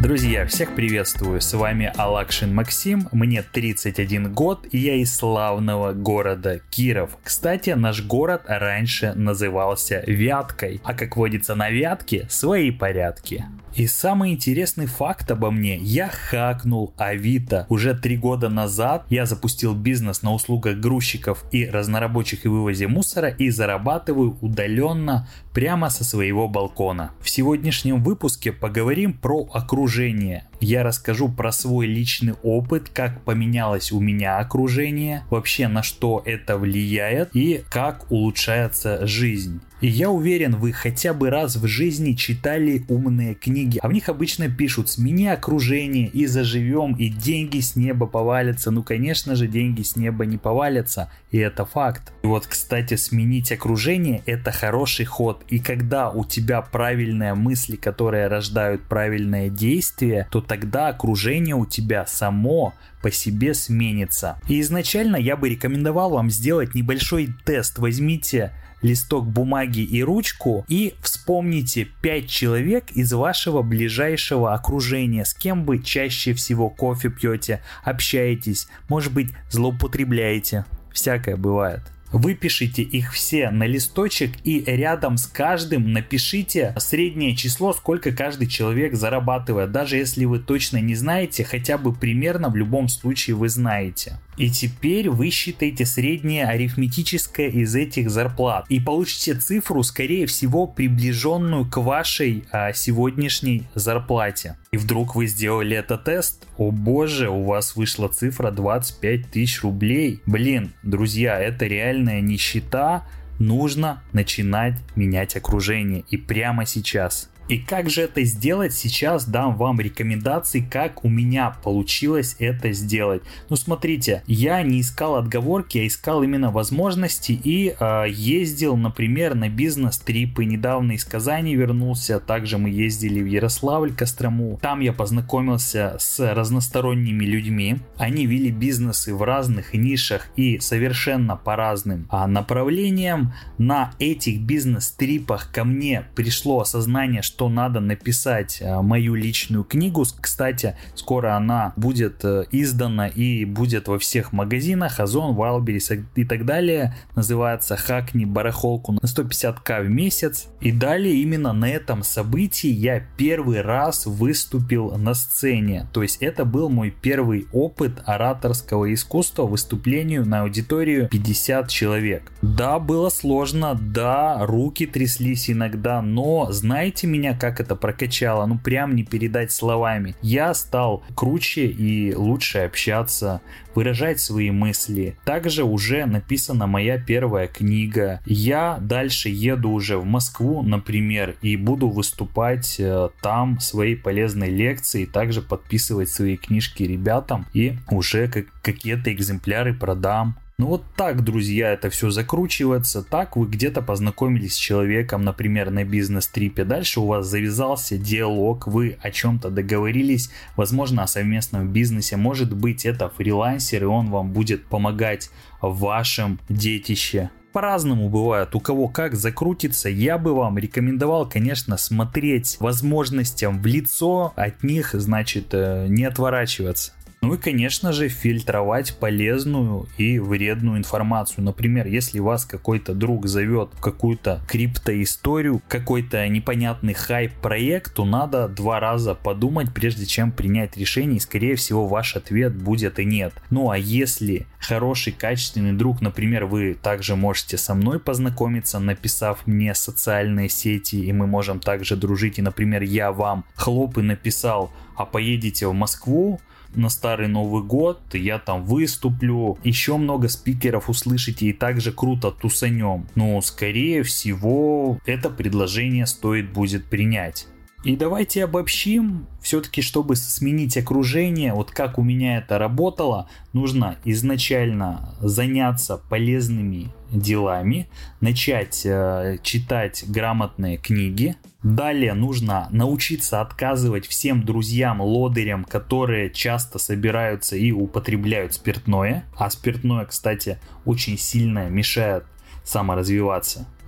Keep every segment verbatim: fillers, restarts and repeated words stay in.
Друзья, всех приветствую, с вами Алакшин Максим, мне тридцать один год и я из славного города Киров. Кстати, наш город раньше назывался Вяткой, а как водится на Вятке, свои порядки. И самый интересный факт обо мне: я хакнул Авито. Уже три года назад я запустил бизнес на услугах грузчиков и разнорабочих и вывозе мусора и зарабатываю удаленно прямо со своего балкона. В сегодняшнем выпуске поговорим про окружение. Я расскажу про свой личный опыт, как поменялось у меня окружение, вообще на что это влияет и как улучшается жизнь. И я уверен, вы хотя бы раз в жизни читали умные книги, а в них обычно пишут: смени окружение и заживем, и деньги с неба повалятся. Ну, конечно же, деньги с неба не повалятся, и это факт. И вот, кстати, сменить окружение — это хороший ход. И когда у тебя правильные мысли, которые рождают правильное действие, то тогда окружение у тебя само по себе сменится. И изначально я бы рекомендовал вам сделать небольшой тест. Возьмите листок бумаги и ручку и вспомните пять человек из вашего ближайшего окружения, с кем вы чаще всего кофе пьете, общаетесь, может быть, злоупотребляете. Всякое бывает. Выпишите их все на листочек и рядом с каждым напишите среднее число, сколько каждый человек зарабатывает. Даже если вы точно не знаете, хотя бы примерно в любом случае вы знаете. И теперь вы считаете среднее арифметическое из этих зарплат и получите цифру, скорее всего, приближенную к вашей а, сегодняшней зарплате. И вдруг вы сделали этот тест, о боже, у вас вышла цифра двадцать пять тысяч рублей. Блин, друзья, это реальная нищета, нужно начинать менять окружение, и прямо сейчас. И как же это сделать? Сейчас дам вам рекомендации, как у меня получилось это сделать. Ну, смотрите, я не искал отговорки, я искал именно возможности и э, ездил, например, на бизнес-трипы. Недавно из Казани вернулся, также мы ездили в Ярославль, Кострому. Там я познакомился с разносторонними людьми. Они вели бизнесы в разных нишах и совершенно по разным а, направлениям. На этих бизнес-трипах ко мне пришло осознание, что что надо написать мою личную книгу. Кстати, скоро она будет издана и будет во всех магазинах, Озон, Вайлдберрис и так далее. Называется «Хакни барахолку на сто пятьдесят тысяч в месяц». И далее именно на этом событии я первый раз выступил на сцене. То есть это был мой первый опыт ораторского искусства, выступлению на аудиторию пятьдесят человек. Да, было сложно, да, руки тряслись иногда, но знаете меня, как это прокачало, ну прям не передать словами. Я стал круче и лучше общаться, выражать свои мысли. Также уже написана моя первая книга. Я дальше еду уже в Москву, например, и буду выступать э, там свои полезные лекции, также подписывать свои книжки ребятам и уже как, какие-то экземпляры продам. Ну вот так, друзья, это все закручивается. Так вы где-то познакомились с человеком, например, на бизнес-трипе. Дальше у вас завязался диалог, вы о чем-то договорились, возможно, о совместном бизнесе. Может быть, это фрилансер, и он вам будет помогать в вашем детище. По-разному бывает, у кого как закрутится. Я бы вам рекомендовал, конечно, смотреть возможностям в лицо, от них, значит, не отворачиваться. Ну и, конечно же, фильтровать полезную и вредную информацию. Например, если вас какой-то друг зовет в какую-то криптоисторию, какой-то непонятный хайп-проект, то надо два раза подумать, прежде чем принять решение, и, скорее всего, ваш ответ будет и нет. Ну а если хороший, качественный друг, например, вы также можете со мной познакомиться, написав мне социальные сети, и мы можем также дружить. И, например, я вам хлоп и написал: а поедете в Москву на Старый Новый год, я там выступлю, еще много спикеров услышите и также круто тусанем. Но скорее всего это предложение стоит будет принять. И давайте обобщим, все-таки, чтобы сменить окружение, вот как у меня это работало, нужно изначально заняться полезными делами, начать э, читать грамотные книги. Далее нужно научиться отказывать всем друзьям, лодырям, которые часто собираются и употребляют спиртное. А спиртное, кстати, очень сильно мешает саморазвиваться.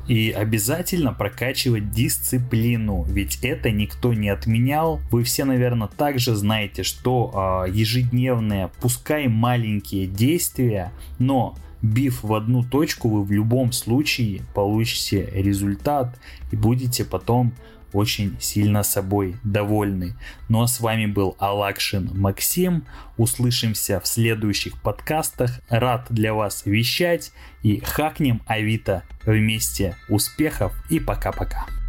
И обязательно прокачивать дисциплину, ведь это никто не отменял. Вы все, наверное, также знаете, что э, ежедневные, пускай маленькие действия, но бив в одну точку, вы в любом случае получите результат и будете потом очень сильно собой довольны. Ну а с вами был Алакшин Максим. Услышимся в следующих подкастах. Рад для вас вещать и хакнем Авито вместе. Успехов и пока-пока.